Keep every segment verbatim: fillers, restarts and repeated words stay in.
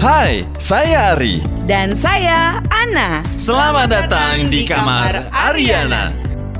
Hai, saya Ari. Dan saya Ana. Selamat datang di Kamar Ariana.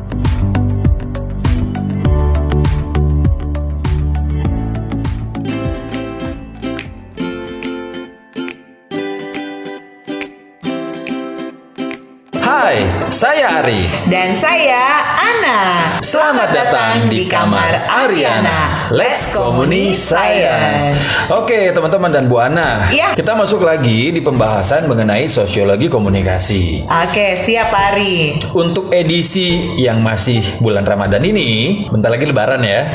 Hai, saya Ari. Dan saya Ana. Selamat datang di Kamar Ariana. Let's Komuni Science. Oke, teman-teman dan Bu Ana. Iya. Kita masuk lagi di pembahasan mengenai sosiologi komunikasi. Oke, siap Ari. Untuk edisi yang masih bulan Ramadan ini, bentar lagi Lebaran ya.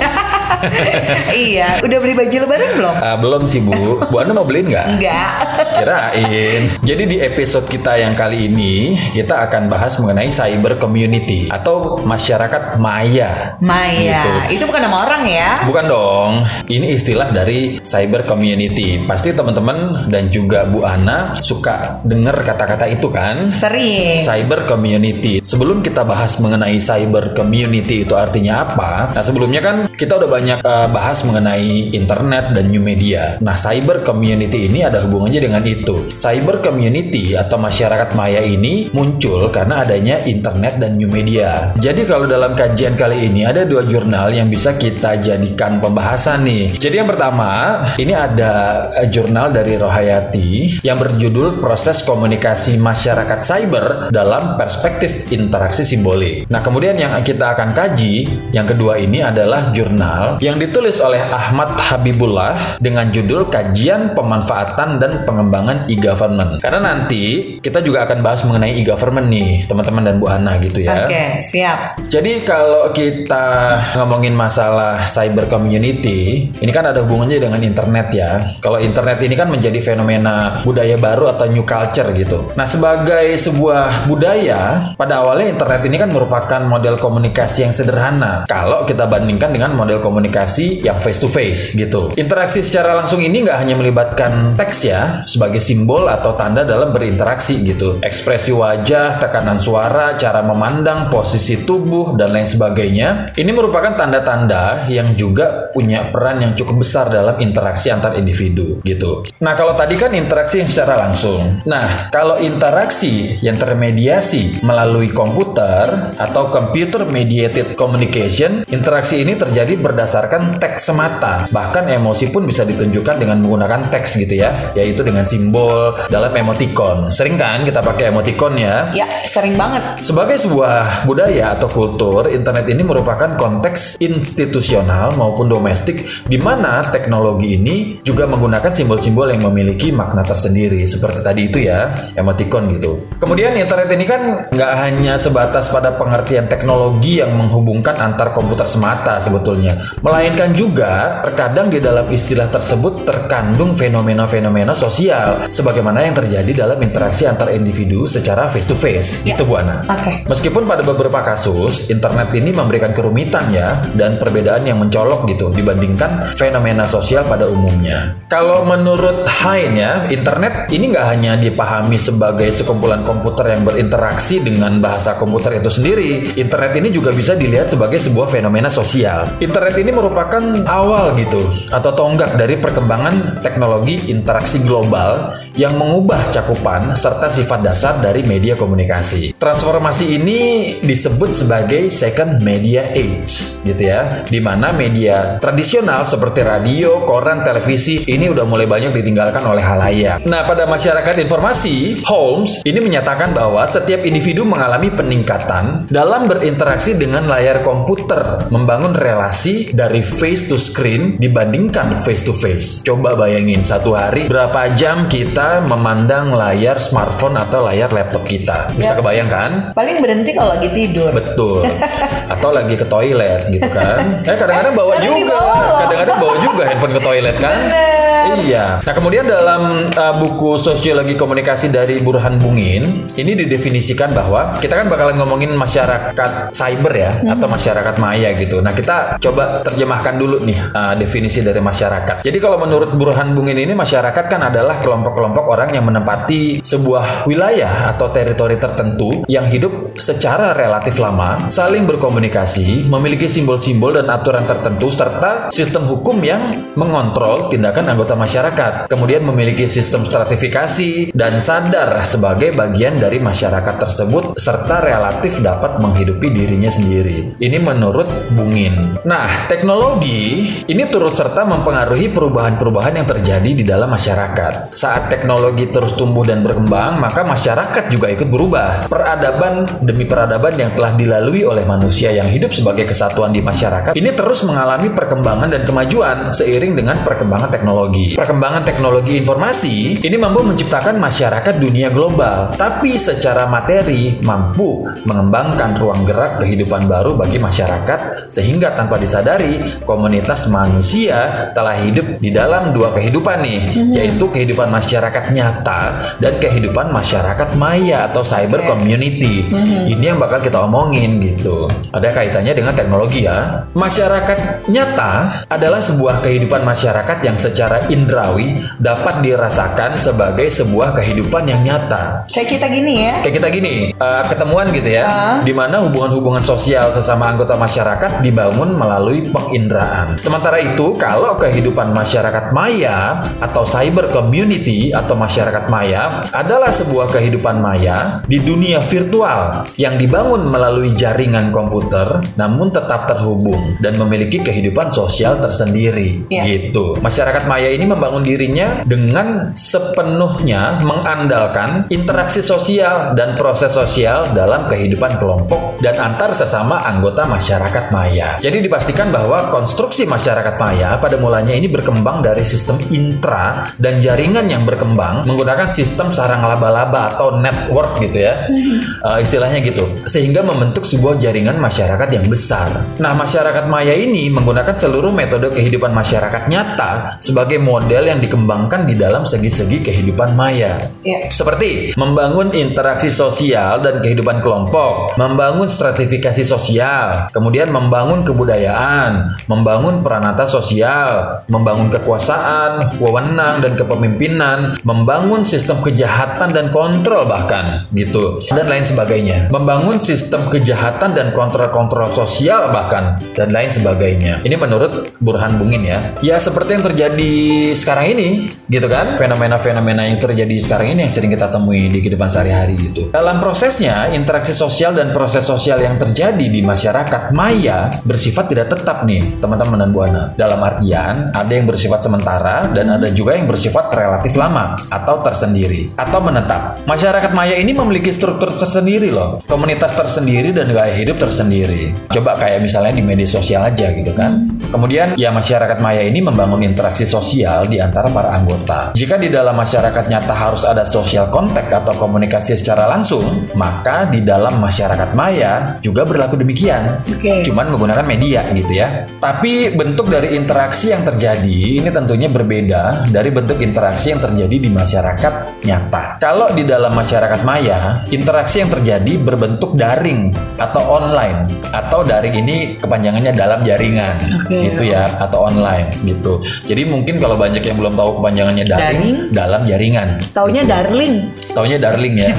Iya, udah beli baju lebaran belum? Uh, belum sih Bu. Bu Ana mau beliin nggak? Enggak. Kirain. Jadi di episode kita yang kali ini kita akan bahas mengenai cyber community atau masyarakat maya. Maya. Gitu. Itu bukan nama orang ya? Bukan dong. Ini istilah dari cyber community. Pasti teman-teman dan juga Bu Ana suka dengar kata-kata itu kan? Sering. Cyber community. Sebelum kita bahas mengenai cyber community itu artinya apa? Nah, sebelumnya kan kita udah banyak uh, bahas mengenai internet dan new media. Nah, cyber community ini ada hubungannya dengan itu. Cyber community atau masyarakat maya ini muncul karena adanya internet dan new media. Jadi kalau dalam kajian kali ini ada dua jurnal yang bisa kita jadikan pembahasan nih. Jadi yang pertama, ini ada jurnal dari Rohayati yang berjudul Proses Komunikasi Masyarakat Cyber dalam Perspektif Interaksi Simbolik. Nah, kemudian yang kita akan kaji, yang kedua ini adalah jurnal yang ditulis oleh Ahmad Habibullah dengan judul Kajian Pemanfaatan dan Pengembangan e-Government. Karena nanti kita juga akan bahas mengenai e-Government nih, teman-teman dan Bu Ana gitu ya. Oke, siap. Jadi kalau kita ngomongin masalah cyber community, ini kan ada hubungannya dengan internet ya. Kalau internet ini kan menjadi fenomena budaya baru atau new culture gitu. Nah, sebagai sebuah budaya, pada awalnya internet ini kan merupakan model komunikasi yang sederhana kalau kita bandingkan dengan model komunikasi yang face to face gitu. Interaksi secara langsung ini nggak hanya melibatkan teks ya, sebagai simbol atau tanda dalam berinteraksi gitu. Ekspresi wajah, tekanan suara, cara memandang, posisi tubuh, dan lain sebagainya. Ini merupakan tanda-tanda yang juga punya peran yang cukup besar dalam interaksi antar individu gitu. Nah, kalau tadi kan interaksi yang secara langsung. Nah, kalau interaksi yang termediasi melalui komputer atau computer mediated communication, interaksi ini terjadi berdasarkan teks semata. Bahkan emosi pun bisa ditunjukkan dengan menggunakan teks gitu ya, yaitu dengan simbol dalam emoticon. Sering kan kita pakai emoticon ya? Ya, sering banget. Sebagai sebuah budaya atau kultur, internet ini merupakan konteks institusional maupun domestik di mana teknologi ini juga menggunakan simbol-simbol yang memiliki makna tersendiri. Seperti tadi itu ya, emoticon gitu. Kemudian internet ini kan nggak hanya sebatas pada pengertian teknologi yang menghubungkan antar komputer semata sebetulnya, melainkan juga terkadang di dalam istilah tersebut terkandung fenomena-fenomena sosial sebagaimana yang terjadi dalam interaksi antar individu secara face to face. Ya. Itu Bu Ana. Oke. Okay. Meskipun pada beberapa kasus internet ini memberikan kerumitan ya dan perbedaan yang mencolok gitu dibandingkan fenomena sosial pada umumnya. Kalau menurut Hein ya, internet ini nggak hanya dipahami sebagai sekumpulan komputer yang berinteraksi dengan bahasa komputer itu sendiri. Internet ini juga bisa dilihat sebagai sebuah fenomena sosial. Internet ini merupakan awal gitu atau tonggak dari perkembangan teknologi interaksi global yang mengubah cakupan serta sifat dasar dari media komunikasi. Transformasi ini disebut sebagai second media age gitu ya, di mana media tradisional seperti radio, koran, televisi ini udah mulai banyak ditinggalkan oleh halayak. Nah, pada masyarakat informasi, Holmes ini menyatakan bahwa setiap individu mengalami peningkatan dalam berinteraksi dengan layar komputer, membangun relasi dari face to screen dibandingkan face to face. Coba bayangin satu hari berapa jam kita memandang layar smartphone atau layar laptop kita. Bisa ya, kebayang kan? Paling berhenti kalau lagi tidur. Betul. Atau lagi ke toilet gitu kan. Eh kadang-kadang bawa Kadang juga. Kadang-kadang bawa juga handphone ke toilet kan. Bener. Iya. Nah, kemudian dalam uh, buku Sosiologi Komunikasi dari Burhan Bungin, ini didefinisikan bahwa kita kan bakalan ngomongin masyarakat cyber ya, hmm. atau masyarakat maya gitu. Nah, kita coba terjemahkan dulu nih uh, definisi dari masyarakat. Jadi kalau menurut Burhan Bungin ini, masyarakat kan adalah kelompok-kelompok orang yang menempati sebuah wilayah atau teritori tertentu yang hidup secara relatif lama, saling berkomunikasi, memiliki simbol-simbol dan aturan tertentu serta sistem hukum yang mengontrol tindakan anggota masyarakat, kemudian memiliki sistem stratifikasi dan sadar sebagai bagian dari masyarakat tersebut serta relatif dapat menghidupi dirinya sendiri. Ini menurut Bungin. Nah, teknologi ini turut serta mempengaruhi perubahan-perubahan yang terjadi di dalam masyarakat. Saat teknologi terus tumbuh dan berkembang, maka masyarakat juga ikut berubah. Peradaban demi peradaban yang telah dilalui oleh manusia yang hidup sebagai kesatuan di masyarakat ini terus mengalami perkembangan dan kemajuan seiring dengan perkembangan teknologi. Perkembangan teknologi informasi ini mampu menciptakan masyarakat dunia global, tapi secara materi mampu mengembangkan ruang gerak kehidupan baru bagi masyarakat sehingga tanpa disadari komunitas manusia telah hidup di dalam dua kehidupan nih, mm-hmm. yaitu kehidupan masyarakat nyata dan kehidupan masyarakat maya atau cyber community. Mm-hmm. Ini yang bakal kita omongin gitu. Ada kaitannya dengan teknologi ya. Masyarakat nyata adalah sebuah kehidupan masyarakat yang secara indrawi dapat dirasakan sebagai sebuah kehidupan yang nyata. Kayak kita gini ya. Kayak kita gini, uh, ketemuan gitu ya, uh. di mana hubungan-hubungan sosial sesama anggota masyarakat dibangun melalui penginderaan. Sementara itu, kalau kehidupan masyarakat maya atau cyber community atau masyarakat maya adalah sebuah kehidupan maya di dunia virtual yang dibangun melalui jaringan komputer namun tetap terhubung dan memiliki kehidupan sosial tersendiri. Yeah. Gitu. Masyarakat maya ini membangun dirinya dengan sepenuhnya mengandalkan interaksi sosial dan proses sosial dalam kehidupan kelompok dan antar sesama anggota masyarakat maya. Jadi dipastikan bahwa konstruksi masyarakat maya pada mulanya ini berkembang dari sistem intra dan jaringan yang berkembang menggunakan sistem sarang laba-laba atau network gitu ya. Uh, istilahnya gitu. Sehingga membentuk sebuah jaringan masyarakat yang besar. Nah, masyarakat maya ini menggunakan seluruh metode kehidupan masyarakat nyata sebagai model yang dikembangkan di dalam segi-segi kehidupan maya. Yeah. Seperti membangun interaksi sosial dan kehidupan kelompok, membangun stratifikasi sosial, kemudian membangun kebudayaan, membangun peranata sosial, membangun kekuasaan, wewenang dan kepemimpinan, membangun sistem kejahatan dan kontrol bahkan gitu, dan lain sebagainya. Membangun sistem kejahatan dan kontrol-kontrol sosial bahkan dan lain sebagainya. Ini menurut Burhan Bungin ya. Ya seperti yang terjadi sekarang ini gitu kan. Fenomena-fenomena yang terjadi sekarang ini yang sering kita temui di kehidupan sehari-hari gitu. Dalam prosesnya, interaksi sosial dan proses sosial yang terjadi di masyarakat maya bersifat tidak tetap nih, teman-teman dan Buana. Dalam artian, ada yang bersifat sementara dan ada juga yang bersifat relatif lama atau tersendiri atau menetap. Masyarakat maya ini memiliki struktur tersendiri loh, komunitas tersendiri dan gaya hidup tersendiri. Coba kayak misalnya di media sosial aja gitu kan. Kemudian ya masyarakat maya ini membangun interaksi sosial di antara para anggota. Jika di dalam masyarakat nyata harus ada social contact atau komunikasi secara langsung, maka di dalam masyarakat maya juga berlaku demikian. Okay. Cuman menggunakan media gitu ya. Tapi bentuk dari interaksi yang terjadi ini tentunya berbeda dari bentuk interaksi yang terjadi di masyarakat nyata. Kalau di dalam masyarakat maya, interaksi yang terjadi berbentuk daring atau online, atau daring ini kepanjangannya dalam jaringan. Okay. Gitu ya, atau online gitu. Jadi mungkin kalau banyak yang belum tahu kepanjangannya daring, daring? dalam jaringan. Taunya gitu. darling. Taunya darling ya.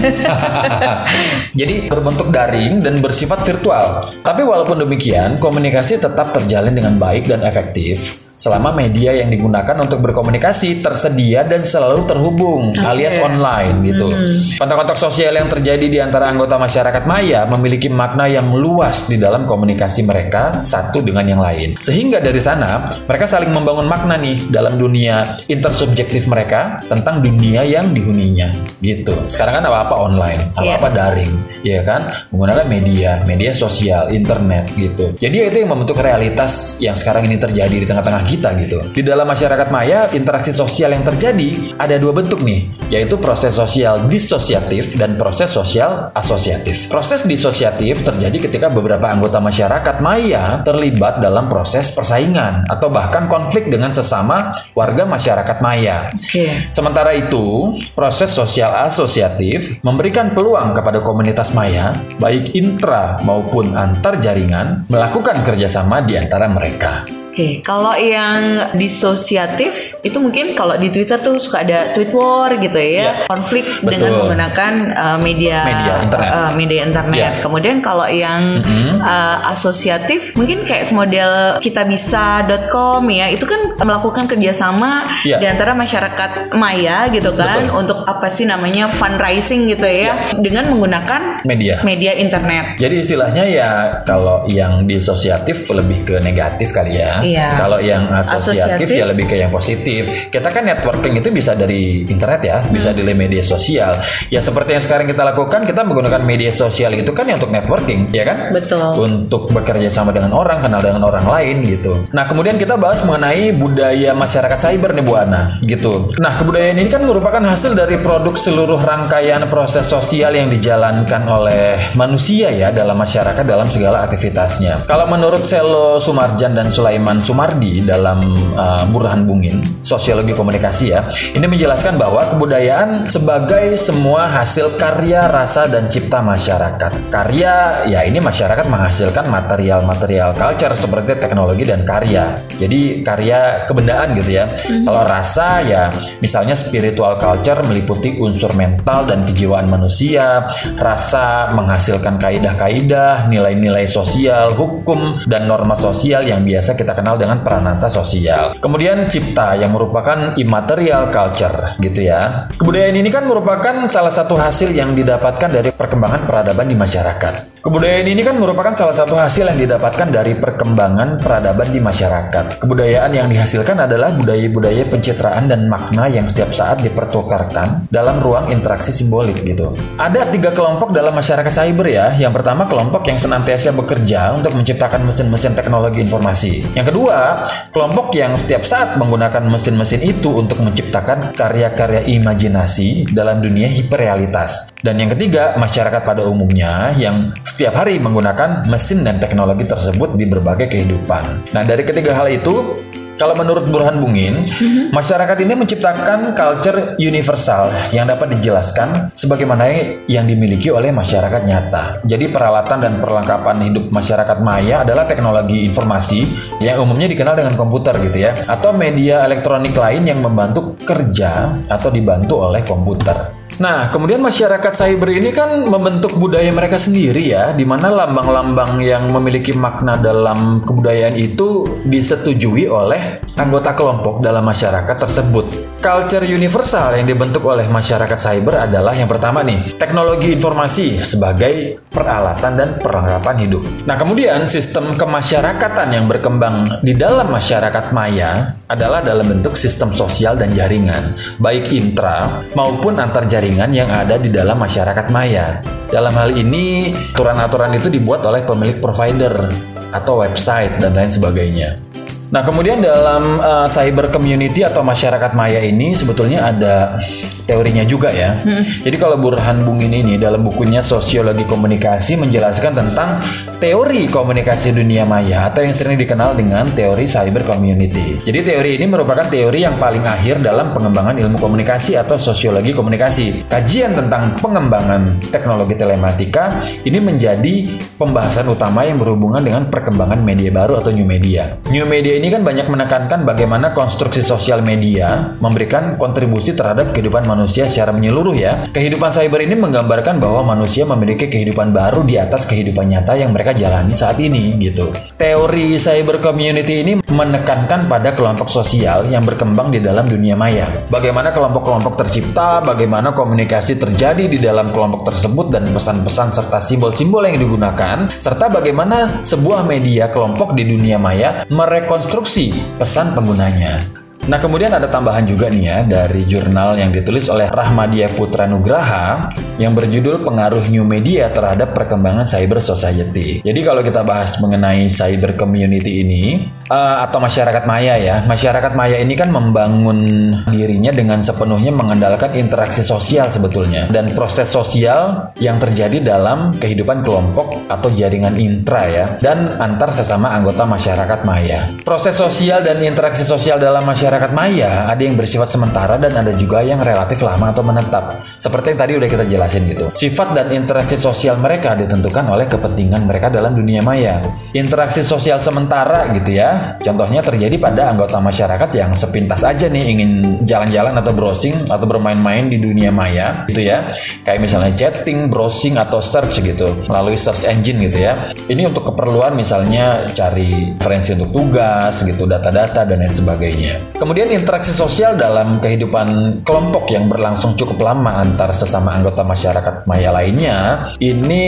Jadi berbentuk daring dan bersifat virtual. Tapi walaupun demikian, komunikasi tetap terjalin dengan baik dan efektif selama media yang digunakan untuk berkomunikasi tersedia dan selalu terhubung, okay. alias online gitu. Hmm. Kontak-kontak sosial yang terjadi di antara anggota masyarakat maya memiliki makna yang luas di dalam komunikasi mereka satu dengan yang lain. Sehingga dari sana mereka saling membangun makna nih dalam dunia intersubjektif mereka tentang dunia yang dihuninya gitu. Sekarang kan apa-apa online, apa-apa yeah. daring, ya kan? Menggunakan media, media sosial, internet gitu. Jadi itu yang membentuk realitas yang sekarang ini terjadi di tengah-tengah kita gitu. Di dalam masyarakat maya, interaksi sosial yang terjadi ada dua bentuk nih, yaitu proses sosial disosiatif dan proses sosial asosiatif. Proses disosiatif terjadi ketika beberapa anggota masyarakat maya terlibat dalam proses persaingan atau bahkan konflik dengan sesama warga masyarakat maya. Okay. Sementara itu, proses sosial asosiatif memberikan peluang kepada komunitas maya, baik intra maupun antar jaringan, melakukan kerjasama di antara mereka. Oke, kalau yang disosiatif itu mungkin kalau di Twitter tuh suka ada tweet war gitu ya, Iya, konflik betul. dengan menggunakan uh, media Media internet. uh, media internet. Iya. Kemudian kalau yang Mm-hmm. uh, asosiatif mungkin kayak model kitabisa dot com ya, itu kan melakukan kerjasama Iya. di antara masyarakat maya gitu kan, Betul. untuk apa sih namanya fundraising gitu ya, dengan menggunakan Media. media internet. Jadi istilahnya ya kalau yang disosiatif lebih ke negatif kali ya. Iya. Kalau yang asosiatif, Asosiatif. ya lebih ke yang positif. Kita kan networking itu bisa dari internet ya, bisa Hmm. dari media sosial. Ya seperti yang sekarang kita lakukan, kita menggunakan media sosial itu kan ya untuk networking, ya kan? Betul. Untuk bekerja sama dengan orang, kenal dengan orang lain gitu. Nah, kemudian kita bahas mengenai budaya masyarakat cyber nih Bu Ana, gitu. Nah, kebudayaan ini kan merupakan hasil dari produk seluruh rangkaian proses sosial yang dijalankan oleh manusia ya dalam masyarakat dalam segala aktivitasnya. Kalau menurut Selo Sumarjan dan Sulaiman Sumardi dalam uh, Burhan Bungin, sosiologi komunikasi ya, ini menjelaskan bahwa kebudayaan sebagai semua hasil karya, rasa, dan cipta masyarakat. Karya, ya ini masyarakat menghasilkan material-material culture seperti teknologi dan karya. Jadi karya kebendaan gitu ya. Mm-hmm. Kalau rasa ya misalnya spiritual culture meliputi unsur mental dan kejiwaan manusia. Rasa menghasilkan kaidah-kaidah, nilai-nilai sosial, hukum, dan norma sosial yang biasa kita kenal dengan peranata sosial. Kemudian cipta yang merupakan immaterial culture gitu ya. Kebudayaan ini kan merupakan salah satu hasil yang didapatkan dari perkembangan peradaban di masyarakat. Kebudayaan ini kan merupakan salah satu hasil yang didapatkan dari perkembangan peradaban di masyarakat. Kebudayaan yang dihasilkan adalah budaya-budaya pencitraan dan makna yang setiap saat dipertukarkan dalam ruang interaksi simbolik gitu. Ada tiga kelompok dalam masyarakat cyber ya. Yang pertama kelompok yang senantiasa bekerja untuk menciptakan mesin-mesin teknologi informasi. Yang kedua, kelompok yang setiap saat menggunakan mesin-mesin itu untuk menciptakan karya-karya imajinasi dalam dunia hiperrealitas. Dan yang ketiga, masyarakat pada umumnya yang setiap hari menggunakan mesin dan teknologi tersebut di berbagai kehidupan. Nah, dari ketiga hal itu, kalau menurut Burhan Bungin, mm-hmm. masyarakat ini menciptakan culture universal yang dapat dijelaskan sebagaimana yang dimiliki oleh masyarakat nyata. Jadi peralatan dan perlengkapan hidup masyarakat maya adalah teknologi informasi yang umumnya dikenal dengan komputer gitu ya, atau media elektronik lain yang membantu kerja atau dibantu oleh komputer. Nah, kemudian masyarakat cyber ini kan membentuk budaya mereka sendiri ya, di mana lambang-lambang yang memiliki makna dalam kebudayaan itu disetujui oleh anggota kelompok dalam masyarakat tersebut. Culture universal yang dibentuk oleh masyarakat cyber adalah yang pertama nih, teknologi informasi sebagai peralatan dan perlengkapan hidup. Nah, kemudian sistem kemasyarakatan yang berkembang di dalam masyarakat maya adalah dalam bentuk sistem sosial dan jaringan, baik intra maupun antar jaringan yang ada di dalam masyarakat maya. Dalam hal ini, aturan-aturan itu dibuat oleh pemilik provider atau website dan lain sebagainya. Nah, kemudian dalam uh, cyber community atau masyarakat maya ini sebetulnya ada teorinya juga ya. Hmm. Jadi kalau Burhan Bungin ini dalam bukunya Sosiologi Komunikasi menjelaskan tentang teori komunikasi dunia maya atau yang sering dikenal dengan teori cyber community. Jadi teori ini merupakan teori yang paling akhir dalam pengembangan ilmu komunikasi atau sosiologi komunikasi. Kajian tentang pengembangan teknologi telematika ini menjadi pembahasan utama yang berhubungan dengan perkembangan media baru atau new media. New media ini kan banyak menekankan bagaimana konstruksi sosial media memberikan kontribusi terhadap kehidupan manusia secara menyeluruh ya. Kehidupan cyber ini menggambarkan bahwa manusia memiliki kehidupan baru di atas kehidupan nyata yang mereka jalani saat ini gitu. Teori cyber community ini menekankan pada kelompok sosial yang berkembang di dalam dunia maya. Bagaimana kelompok-kelompok tercipta, bagaimana komunikasi terjadi di dalam kelompok tersebut dan pesan-pesan serta simbol-simbol yang digunakan, serta bagaimana sebuah media kelompok di dunia maya merekonstruksi pesan penggunanya. Nah, kemudian ada tambahan juga nih ya dari jurnal yang ditulis oleh Rahmadia Putra Nugraha yang berjudul Pengaruh New Media Terhadap Perkembangan Cyber Society. Jadi kalau kita bahas mengenai cyber community ini uh, atau masyarakat maya ya, masyarakat maya ini kan membangun dirinya dengan sepenuhnya mengandalkan interaksi sosial sebetulnya dan proses sosial yang terjadi dalam kehidupan kelompok atau jaringan intra ya dan antar sesama anggota masyarakat maya. Proses sosial dan interaksi sosial dalam masyarakat masyarakat maya ada yang bersifat sementara dan ada juga yang relatif lama atau menetap. Seperti yang tadi udah kita jelasin gitu. Sifat dan interaksi sosial mereka ditentukan oleh kepentingan mereka dalam dunia maya. Interaksi sosial sementara gitu ya. Contohnya terjadi pada anggota masyarakat yang sepintas aja nih ingin jalan-jalan atau browsing atau bermain-main di dunia maya gitu ya. Kayak misalnya chatting, browsing atau search gitu melalui search engine gitu ya. Ini untuk keperluan misalnya cari referensi untuk tugas gitu, data-data dan lain sebagainya. Kemudian interaksi sosial dalam kehidupan kelompok yang berlangsung cukup lama antar sesama anggota masyarakat maya lainnya, ini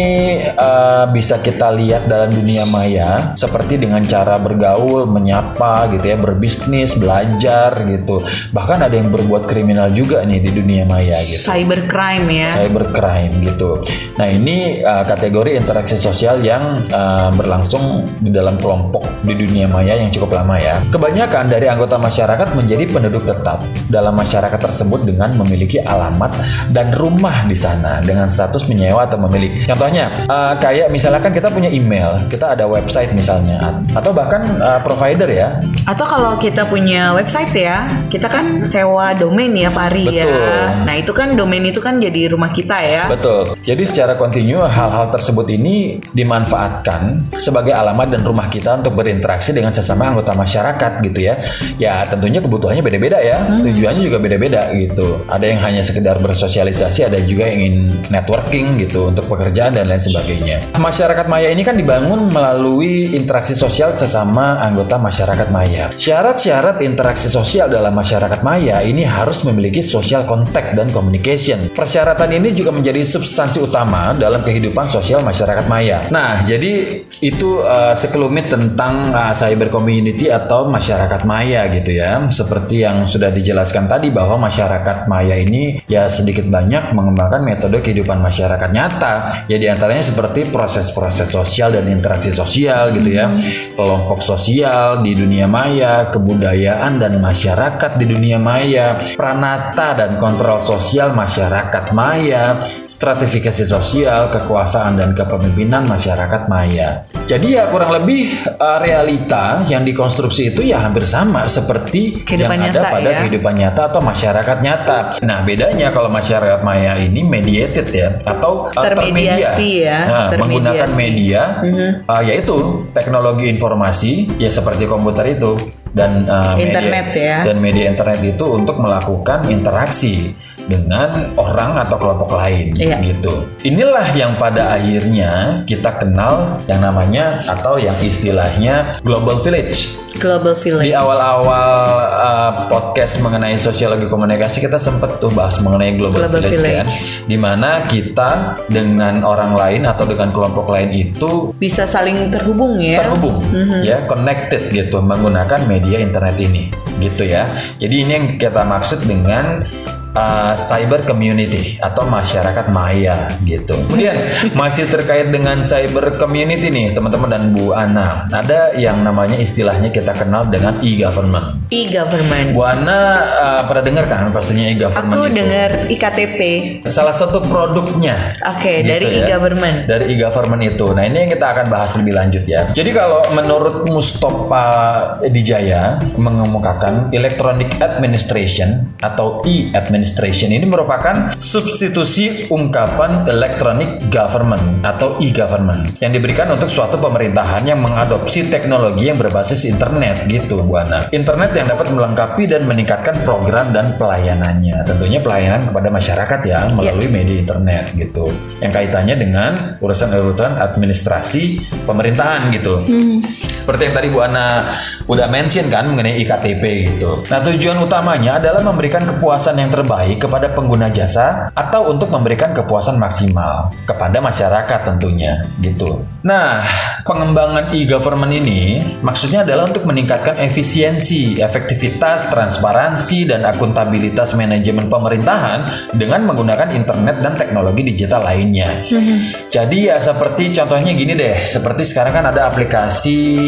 uh, bisa kita lihat dalam dunia maya seperti dengan cara bergaul, menyapa gitu ya, berbisnis, belajar gitu. Bahkan ada yang berbuat kriminal juga nih di dunia maya gitu. Cybercrime ya. Cybercrime gitu. Nah, ini uh, kategori interaksi sosial yang uh, berlangsung di dalam kelompok di dunia maya yang cukup lama ya. Kebanyakan dari anggota masyarakat menjadi penduduk tetap dalam masyarakat tersebut dengan memiliki alamat dan rumah di sana dengan status menyewa atau memiliki. Contohnya uh, kayak misalkan kita punya email, kita ada website misalnya, atau bahkan uh, provider ya. Atau kalau kita punya website ya, kita kan sewa domain ya Pak Ari ya. Nah itu kan domain itu kan jadi rumah kita ya. Betul. Jadi secara kontinu hal-hal tersebut ini dimanfaatkan sebagai alamat dan rumah kita untuk berinteraksi dengan sesama anggota masyarakat gitu ya. Ya tentunya kebutuhannya beda-beda ya, hmm. tujuannya juga beda-beda gitu. Ada yang hanya sekedar bersosialisasi, ada juga yang ingin networking gitu untuk pekerjaan dan lain sebagainya. Masyarakat maya ini kan dibangun melalui interaksi sosial sesama anggota masyarakat maya. Syarat-syarat interaksi sosial dalam masyarakat maya ini harus memiliki social contact dan communication. Persyaratan ini juga menjadi substansi utama dalam kehidupan sosial masyarakat maya. Nah, jadi itu uh, sekelumit tentang uh, cyber community atau masyarakat maya gitu ya. Seperti yang sudah dijelaskan tadi bahwa masyarakat maya ini ya sedikit banyak mengembangkan metode kehidupan masyarakat nyata. Ya diantaranya seperti proses-proses sosial dan interaksi sosial gitu ya. Kelompok sosial di dunia maya, kebudayaan dan masyarakat di dunia maya, pranata dan kontrol sosial masyarakat maya, stratifikasi sosial, kekuasaan dan kepemimpinan masyarakat maya. Jadi ya kurang lebih uh, realita yang dikonstruksi itu ya hampir sama seperti kehidupan yang ada pada ya. Kehidupan nyata atau masyarakat nyata. Nah bedanya kalau masyarakat maya ini mediated ya atau uh, termediasi ya, nah, termediasi. Menggunakan media, mm-hmm. uh, yaitu teknologi informasi ya seperti komputer itu dan uh, internet media, ya dan media internet itu untuk melakukan interaksi dengan orang atau kelompok lain iya. gitu. Inilah yang pada akhirnya kita kenal yang namanya atau yang istilahnya global village. Global village. Di awal-awal uh, podcast mengenai sosiologi komunikasi kita sempat tuh bahas mengenai global, global village, village kan, dimana kita dengan orang lain atau dengan kelompok lain itu bisa saling terhubung ya. Terhubung, mm-hmm. ya, connected gitu menggunakan media internet ini, gitu ya. Jadi ini yang kita maksud dengan Uh, cyber community atau masyarakat maya gitu. Kemudian masih terkait dengan cyber community nih teman-teman dan Bu Ana, ada yang namanya istilahnya kita kenal dengan e-government. E-government. Bu Ana uh, pernah dengar kan pastinya e-government? Aku itu. dengar I K T P. Salah satu produknya. Oke, okay, gitu dari ya. e-government. Dari e-government itu. Nah ini yang kita akan bahas lebih lanjut ya. Jadi kalau menurut Mustopa Dijaya mengemukakan electronic administration atau e-administration ini merupakan substitusi ungkapan electronic government atau e-government yang diberikan untuk suatu pemerintahan yang mengadopsi teknologi yang berbasis internet gitu Bu Ana. Internet yang dapat melengkapi dan meningkatkan program dan pelayanannya. Tentunya pelayanan kepada masyarakat ya melalui yeah. media internet gitu. Yang kaitannya dengan urusan-urusan administrasi pemerintahan gitu. Hmm. Seperti yang tadi Bu Ana udah mention kan mengenai I K T P gitu. Nah tujuan utamanya adalah memberikan kepuasan yang terbaik kepada pengguna jasa atau untuk memberikan kepuasan maksimal kepada masyarakat tentunya gitu. Nah, pengembangan e-government ini maksudnya adalah untuk meningkatkan efisiensi, efektivitas, transparansi dan akuntabilitas manajemen pemerintahan dengan menggunakan internet dan teknologi digital lainnya. Mm-hmm. Jadi ya seperti contohnya gini deh, seperti sekarang kan ada aplikasi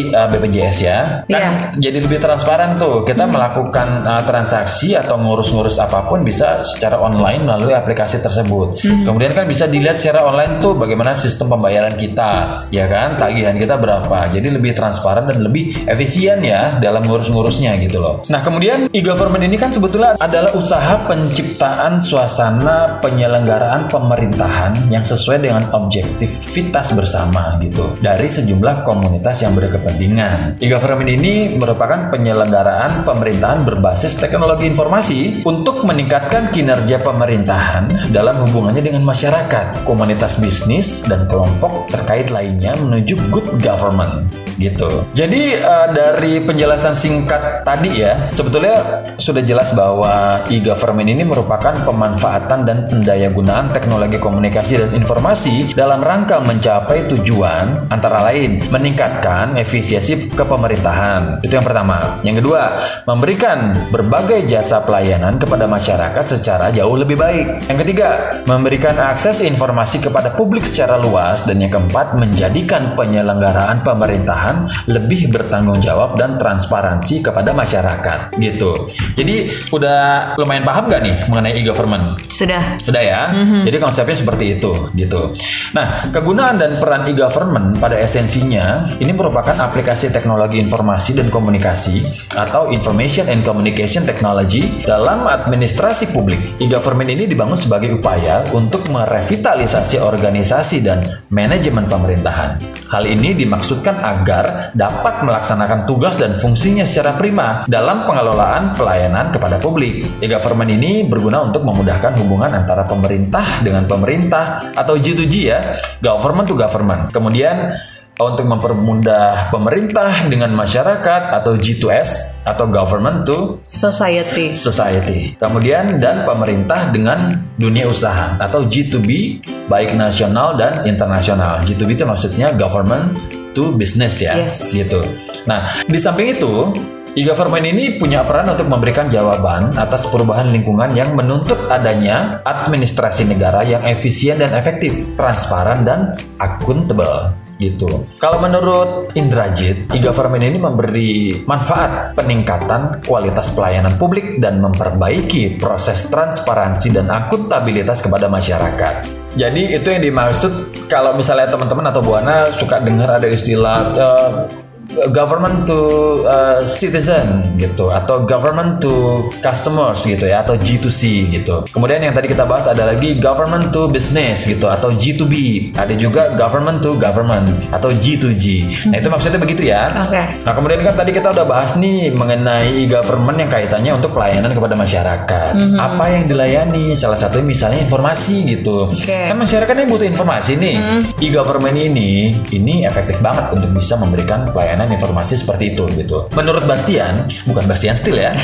dari uh, B P J S ya. Kan Iya. jadi lebih transparan tuh. Kita hmm. melakukan uh, transaksi atau ngurus-ngurus apapun bisa secara online melalui aplikasi tersebut. Hmm. Kemudian kan bisa dilihat secara online tuh bagaimana sistem pembayaran kita, ya kan? Tagihan kita berapa. Jadi lebih transparan dan lebih efisien ya dalam ngurus-ngurusnya gitu loh. Nah, kemudian e-government ini kan sebetulnya adalah usaha penciptaan suasana penyelenggaraan pemerintahan yang sesuai dengan objektivitas bersama gitu dari sejumlah komunitas yang berkepentingan. E-government ini merupakan penyelenggaraan pemerintahan berbasis teknologi informasi untuk meningkatkan kinerja pemerintahan dalam hubungannya dengan masyarakat, komunitas bisnis, dan kelompok terkait lainnya menuju good government gitu. Jadi uh, dari penjelasan singkat tadi ya, sebetulnya sudah jelas bahwa e-government ini merupakan pemanfaatan dan pendayagunaan teknologi komunikasi dan informasi dalam rangka mencapai tujuan antara lain meningkatkan efisiensi kepemerintahan. Itu yang pertama. Yang kedua, memberikan berbagai jasa pelayanan kepada masyarakat secara jauh lebih baik. Yang ketiga, memberikan akses informasi kepada publik secara luas. Dan yang keempat, menjadikan penyelenggaraan pemerintahan lebih bertanggung jawab dan transparansi kepada masyarakat gitu. Jadi udah lumayan paham gak nih mengenai e-government? Sudah. Sudah ya. Mm-hmm. Jadi konsepnya seperti itu gitu. Nah, kegunaan dan peran e-government pada esensinya ini merupakan aplikasi teknologi informasi dan komunikasi atau Information and Communication Technology dalam administrasi publik. E-government ini dibangun sebagai upaya untuk merevitalisasi organisasi dan manajemen pemerintahan. Hal ini dimaksudkan agar dapat melaksanakan tugas dan fungsinya secara prima dalam pengelolaan pelayanan kepada publik. E-government ini berguna untuk memudahkan hubungan antara pemerintah dengan pemerintah atau G to G ya, government to government. Kemudian untuk mempermudah pemerintah dengan masyarakat atau G to S atau government to society. Society. Kemudian dan pemerintah dengan dunia usaha atau G to B baik nasional dan internasional. G to B itu maksudnya government to business ya. Yes. Gitu. Nah, di samping itu e-government ini punya peran untuk memberikan jawaban atas perubahan lingkungan yang menuntut adanya administrasi negara yang efisien dan efektif, transparan dan akuntabel gitu. Kalau menurut Indrajit, e-government ini memberi manfaat peningkatan kualitas pelayanan publik dan memperbaiki proses transparansi dan akuntabilitas kepada masyarakat. Jadi itu yang dimaksud kalau misalnya teman-teman atau Buana suka dengar ada istilah uh, government to uh, citizen gitu atau government to customers gitu ya atau G to C gitu. Kemudian yang tadi kita bahas ada lagi government to business gitu atau G to B. Ada juga government to government atau G to G. Nah, itu maksudnya begitu ya. Oke. Okay. Nah, kemudian kan tadi kita udah bahas nih mengenai e-government yang kaitannya untuk pelayanan kepada masyarakat. Mm-hmm. Apa yang dilayani? Salah satunya misalnya informasi gitu. Okay. Kan masyarakat ini butuh informasi nih. Mm. E-government ini ini efektif banget untuk bisa memberikan pelayanan informasi seperti itu gitu. Menurut Bastian, bukan Bastian Steel ya.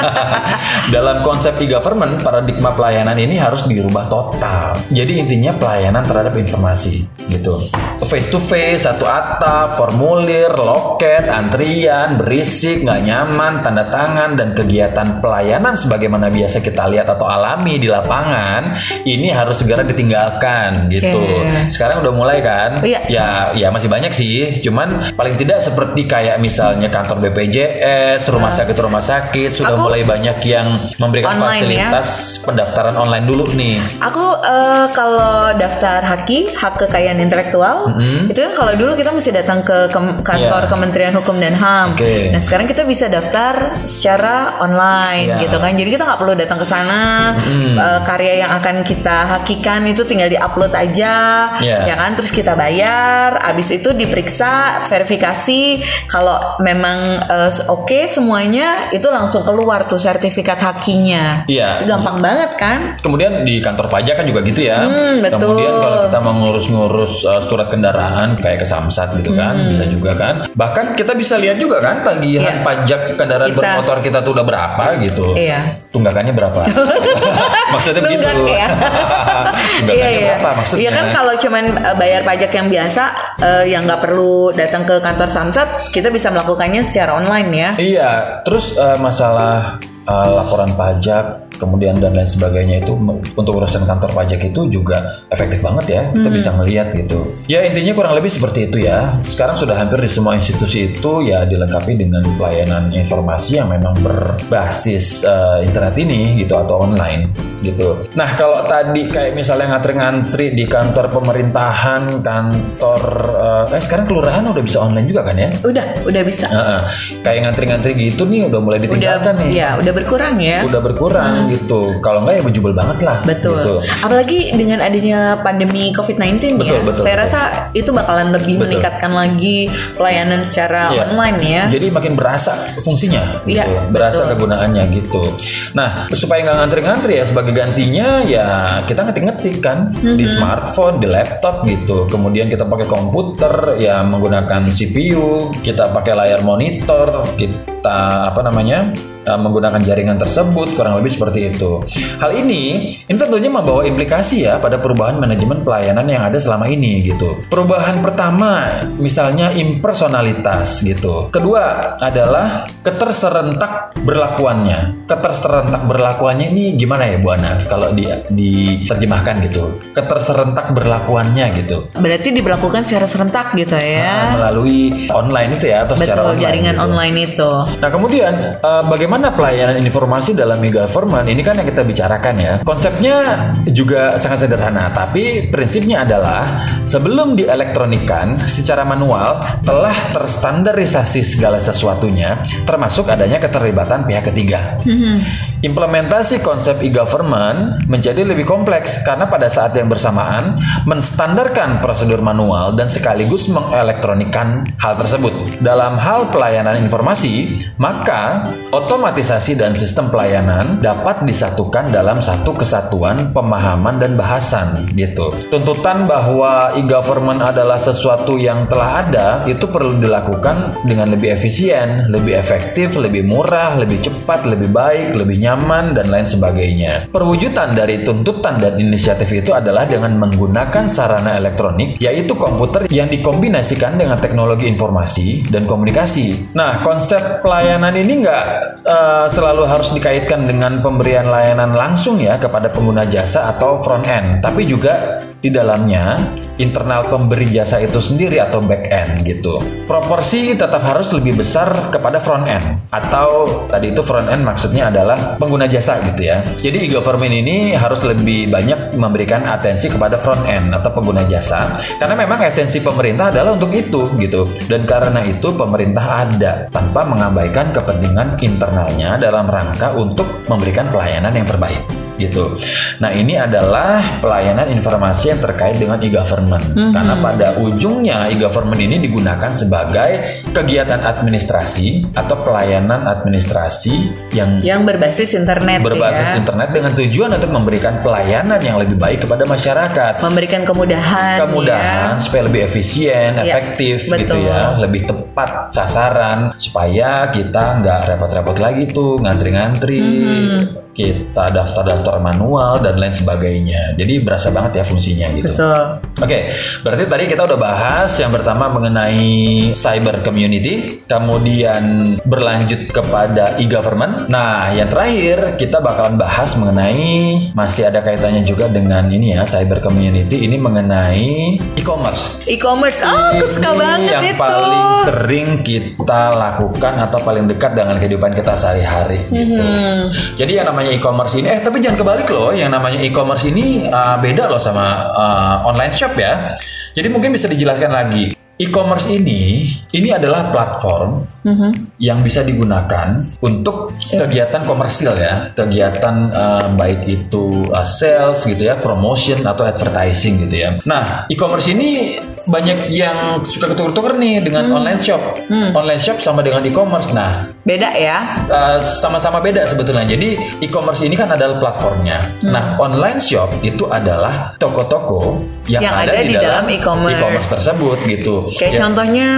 Dalam konsep e-government, paradigma pelayanan ini harus dirubah total. Jadi intinya pelayanan terhadap informasi gitu. Face to face, satu atap, formulir, loket, antrian, berisik, nggak nyaman, tanda tangan dan kegiatan pelayanan sebagaimana biasa kita lihat atau alami di lapangan, ini harus segera ditinggalkan gitu. Okay. Sekarang udah mulai kan? Oh, iya. Ya, ya masih banyak sih. Cuman paling tidak seperti Seperti kayak misalnya kantor B P J S, rumah sakit rumah sakit sudah aku mulai banyak yang memberikan fasilitas ya? Pendaftaran online dulu nih. Aku uh, kalau daftar Haki, hak kekayaan intelektual, mm-hmm. itu kan kalau dulu kita mesti datang ke ke- kantor yeah. Kementerian Hukum dan H A M. Okay. Nah sekarang kita bisa daftar secara online yeah. gitu kan. Jadi kita nggak perlu datang ke sana. Mm-hmm. Uh, karya yang akan kita hakikan itu tinggal diupload aja, yeah. ya kan. Terus kita bayar, abis itu diperiksa, verifikasi. Kalau memang uh, oke okay, semuanya itu langsung keluar tuh sertifikat hakinya. Iya. Gampang banget kan? Kemudian di kantor pajak kan juga gitu ya. Hmm, betul. Kemudian kalau kita mau ngurus-ngurus uh, surat kendaraan kayak ke Samsat gitu kan, hmm. bisa juga kan. Bahkan kita bisa lihat juga kan tagihan yeah. pajak kendaraan kita. Bermotor kita tuh udah berapa gitu. Iya. Tunggakannya berapa? Maksudnya begitu. Ya. Tunggakannya iya, iya. berapa maksudnya? Iya kan kalau cuman bayar pajak yang biasa uh, yang nggak perlu datang ke kantor Samsat, kita bisa melakukannya secara online ya. Iya, terus uh, masalah uh, laporan pajak kemudian dan lain sebagainya itu untuk urusan kantor pajak itu juga efektif banget ya. Kita hmm. bisa ngelihat gitu. Ya intinya kurang lebih seperti itu ya. Sekarang sudah hampir di semua institusi itu ya dilengkapi dengan pelayanan informasi yang memang berbasis uh, internet ini gitu atau online gitu. Nah kalau tadi kayak misalnya ngantri-ngantri di kantor pemerintahan, kantor uh, eh sekarang kelurahan udah bisa online juga kan ya? Udah, udah bisa. Uh-uh. Kayak ngantri-ngantri gitu nih udah mulai ditinggalkan udah, nih. Ya, udah berkurang ya. Udah berkurang hmm. gitu. Kalau enggak ya bejubel banget lah. Betul. Gitu. Apalagi dengan adanya pandemi covid sembilan belas betul, ya. Betul, Saya betul. rasa itu bakalan lebih betul. meningkatkan lagi pelayanan secara ya. online ya. Jadi makin berasa fungsinya gitu. Ya, berasa betul. kegunaannya gitu. Nah, supaya nggak ngantri-ngantri ya sebagai gantinya ya kita ngetik-ngetik kan mm-hmm. di smartphone, di laptop gitu. Kemudian kita pakai komputer ya menggunakan C P U, kita pakai layar monitor, kita apa namanya? menggunakan jaringan tersebut, kurang lebih seperti itu. Hal ini, ini tentunya membawa implikasi ya pada perubahan manajemen pelayanan yang ada selama ini gitu. Perubahan pertama, misalnya impersonalitas gitu. Kedua adalah keterserentak berlakuannya. Keterserentak berlakuannya ini gimana ya Bu Ana? Kalau di diterjemahkan gitu, keterserentak berlakuannya gitu. Berarti diberlakukan secara serentak gitu ya? Nah, melalui online itu ya atau betul, secara online. Betul, jaringan gitu. online itu. Nah kemudian uh, bagaimana Bagaimana pelayanan informasi dalam e-government ini kan yang kita bicarakan ya. Konsepnya juga sangat sederhana, tapi prinsipnya adalah sebelum dielektronikan secara manual telah terstandarisasi segala sesuatunya, termasuk adanya keterlibatan pihak ketiga. Mm-hmm. Implementasi konsep e-government menjadi lebih kompleks karena pada saat yang bersamaan menstandarkan prosedur manual dan sekaligus mengelektronikan hal tersebut. Dalam hal pelayanan informasi, maka otomatisasi dan sistem pelayanan dapat disatukan dalam satu kesatuan pemahaman dan bahasan gitu. Tuntutan bahwa e-government adalah sesuatu yang telah ada itu perlu dilakukan dengan lebih efisien, lebih efektif, lebih murah, lebih cepat, lebih baik, lebih nyaman dan lain sebagainya. Perwujudan dari tuntutan dan inisiatif itu adalah dengan menggunakan sarana elektronik, yaitu komputer yang dikombinasikan dengan teknologi informasi dan komunikasi. Nah, konsep pelayanan ini nggak Uh, selalu harus dikaitkan dengan pemberian layanan langsung ya kepada pengguna jasa atau front end, tapi juga di dalamnya internal pemberi jasa itu sendiri atau back end gitu. Proporsi tetap harus lebih besar kepada front end atau tadi itu front end maksudnya adalah pengguna jasa gitu ya. Jadi e-government ini harus lebih banyak memberikan atensi kepada front end atau pengguna jasa karena memang esensi pemerintah adalah untuk itu gitu. Dan karena itu pemerintah ada tanpa mengabaikan kepentingan internalnya dalam rangka untuk memberikan pelayanan yang terbaik gitu. Nah ini adalah pelayanan informasi yang terkait dengan e-government mm-hmm. karena pada ujungnya e-government ini digunakan sebagai kegiatan administrasi atau pelayanan administrasi yang yang berbasis internet berbasis ya. internet dengan tujuan untuk memberikan pelayanan yang lebih baik kepada masyarakat, memberikan kemudahan kemudahan ya. Supaya lebih efisien, ya, efektif betul. Gitu ya, lebih tepat sasaran supaya kita nggak repot-repot lagi tuh ngantri-ngantri mm-hmm. kita daftar-daftar manual dan lain sebagainya. Jadi berasa banget ya fungsinya gitu. Betul. Oke, berarti tadi kita udah bahas yang pertama mengenai cyber community, kemudian berlanjut kepada e-government. Nah, yang terakhir kita bakalan bahas mengenai masih ada kaitannya juga dengan ini ya, cyber community ini mengenai e-commerce. E-commerce, oh aku suka banget yang itu. Yang paling sering kita lakukan atau paling dekat dengan kehidupan kita sehari-hari gitu. Mm-hmm. Jadi yang namanya e-commerce ini, eh tapi jangan kebalik loh, yang namanya e-commerce ini uh, beda loh sama uh, online shop ya. Jadi mungkin bisa dijelaskan lagi. E-commerce ini, ini adalah platform mm-hmm. yang bisa digunakan untuk kegiatan komersil ya, kegiatan uh, baik itu uh, sales gitu ya, promotion atau advertising gitu ya. Nah, e-commerce ini banyak yang suka ketuker-tuker nih dengan hmm. online shop. Hmm. Online shop sama dengan e-commerce. Nah, beda ya? Uh, sama-sama beda sebetulnya. Jadi e-commerce ini kan adalah platformnya. Hmm. Nah, online shop itu adalah toko-toko yang, yang ada, ada di, di dalam, dalam e-commerce. e-commerce tersebut gitu. Kayak ya. Contohnya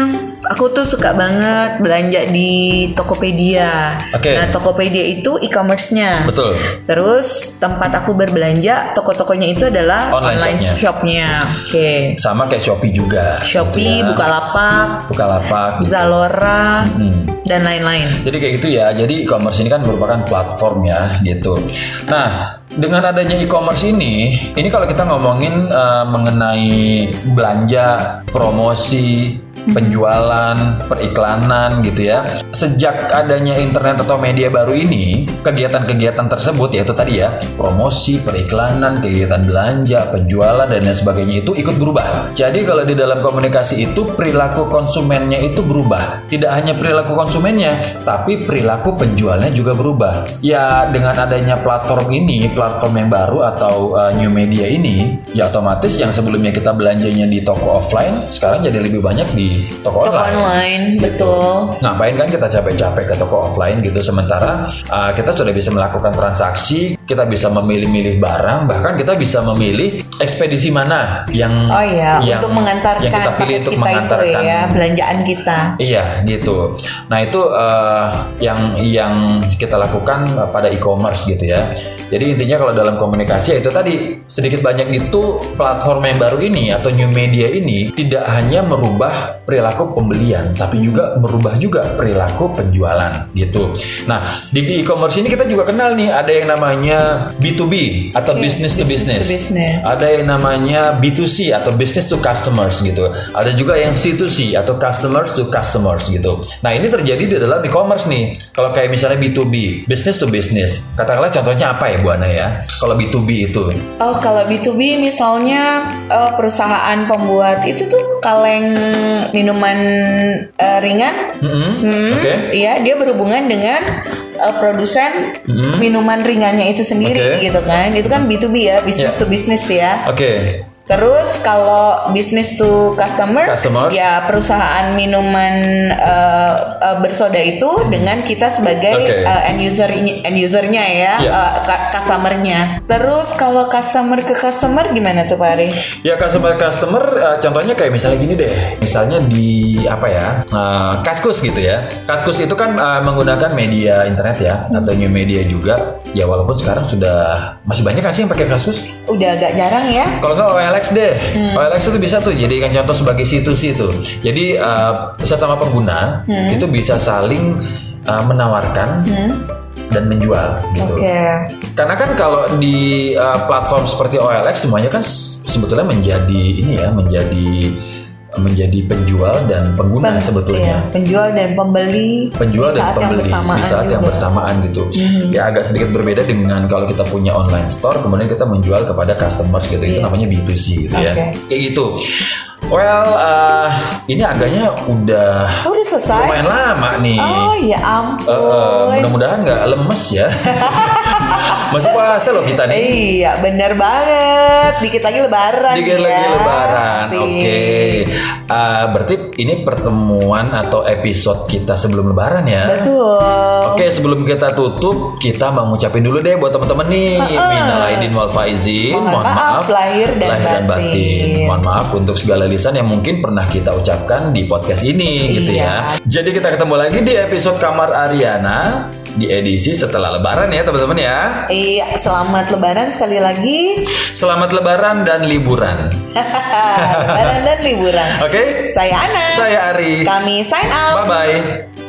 aku tuh suka banget belanja di Tokopedia. Okay. Nah, Tokopedia itu e-commerce-nya. Betul. Terus tempat aku berbelanja, toko-tokonya itu adalah online, online shop-nya. Oke. Okay. Sama kayak Shopee juga. Shopee, gitu ya. Bukalapak, Bukalapak, gitu. Zalora, mm-hmm. dan lain-lain. Jadi kayak gitu ya. Jadi e-commerce ini kan merupakan platform ya, gitu. Nah, dengan adanya e-commerce ini, ini kalau kita ngomongin uh, mengenai belanja, promosi, penjualan, periklanan gitu ya. Sejak adanya internet atau media baru ini, kegiatan-kegiatan tersebut yaitu tadi ya, promosi, periklanan, kegiatan belanja, penjualan dan lain sebagainya itu ikut berubah. Jadi kalau di dalam komunikasi itu perilaku konsumennya itu berubah. Tidak hanya perilaku konsumennya, tapi perilaku penjualnya juga berubah. Ya dengan adanya platform ini, platform yang baru atau uh, new media ini, ya otomatis yang sebelumnya kita belanjanya di toko offline, sekarang jadi lebih banyak di toko, toko online, online gitu. Betul. Ngapain kan kita capek-capek ke toko offline gitu, sementara uh, kita sudah bisa melakukan transaksi, kita bisa memilih-milih barang, bahkan kita bisa memilih ekspedisi mana yang oh iya yang, untuk mengantarkan yang kita pilih untuk kita mengantarkan itu ya, belanjaan kita. Iya gitu. Nah itu uh, yang yang kita lakukan pada e-commerce gitu ya. Jadi intinya kalau dalam komunikasi itu tadi sedikit banyak itu platform yang baru ini atau new media ini tidak hanya merubah perilaku pembelian, tapi hmm. juga merubah juga perilaku penjualan gitu. Nah di e-commerce ini kita juga kenal nih, ada yang namanya B to B atau okay. business to business. business to business. Ada yang namanya B to C atau business to customers gitu. Ada juga yang C to C atau customers to customers gitu. Nah ini terjadi di dalam e-commerce nih. Kalau kayak misalnya B to B, business to business. Katakanlah contohnya apa ya Bu Ana ya? Kalau B to B itu. Oh kalau B to B misalnya uh, perusahaan pembuat itu tuh kaleng minuman uh, ringan. Mm-hmm. Hmm, Oke. Okay. Iya, dia berhubungan dengan uh, produsen mm-hmm. minuman ringannya itu sendiri okay. gitu kan. Itu kan B to B ya, business yeah. to business ya. Oke. Okay. Terus kalau business to customer, customer. ya perusahaan minuman uh, uh, bersoda itu hmm. dengan kita sebagai okay. uh, end user end usernya ya, yeah. uh, customernya. Terus kalau customer ke customer gimana tuh Pak Ari? Ya customer customer uh, contohnya kayak misalnya gini deh, misalnya di apa ya, uh, Kaskus gitu ya. Kaskus itu kan uh, menggunakan media internet ya hmm. atau new media juga. Ya walaupun sekarang sudah masih banyak kan sih yang pakai Kaskus? Udah agak jarang ya. Kalau nggak O L X deh, hmm. O L X itu bisa tuh jadikan contoh sebagai C to C itu. Jadi uh, sesama pengguna hmm. itu bisa saling uh, menawarkan hmm. dan menjual gitu. Okay. Karena kan kalau di uh, platform seperti O L X semuanya kan sebetulnya menjadi ini ya, menjadi menjadi penjual dan pengguna Pen, sebetulnya. Iya, penjual dan pembeli. Penjual di dan pembeli yang di saat juga. yang bersamaan gitu. Mm-hmm. Ya agak sedikit berbeda dengan kalau kita punya online store kemudian kita menjual kepada customers gitu. Yeah. Itu namanya B to C gitu okay. ya. Kayak gitu. Well, uh, ini agaknya udah, oh, udah selesai? lumayan lama nih. Oh ya ampun. Uh, uh, mudah-mudahan nggak lemes ya. Masih puasa loh kita nih. Iya, benar banget. Dikit lagi lebaran. Dikit ya. lagi lebaran. Oke. Okay. Uh, berarti ini pertemuan atau episode kita sebelum lebaran ya. Betul. Oke, okay, sebelum kita tutup, kita mau ngucapin dulu deh buat teman-teman nih. Uh-uh. Minal aidin wal faizin. Mohon, Mohon maaf, maaf lahir dan, lahir dan batin. batin. Mohon maaf untuk segala lisan yang mungkin pernah kita ucapkan di podcast ini. Iya. Gitu ya. Jadi kita ketemu lagi di episode Kamar Ariana di edisi setelah lebaran ya teman-teman ya. Iya, selamat lebaran sekali lagi. Selamat lebaran dan liburan. Lebaran dan liburan. Oke. Okay? Saya Ana. Saya Ari. Kami sign out. Bye bye.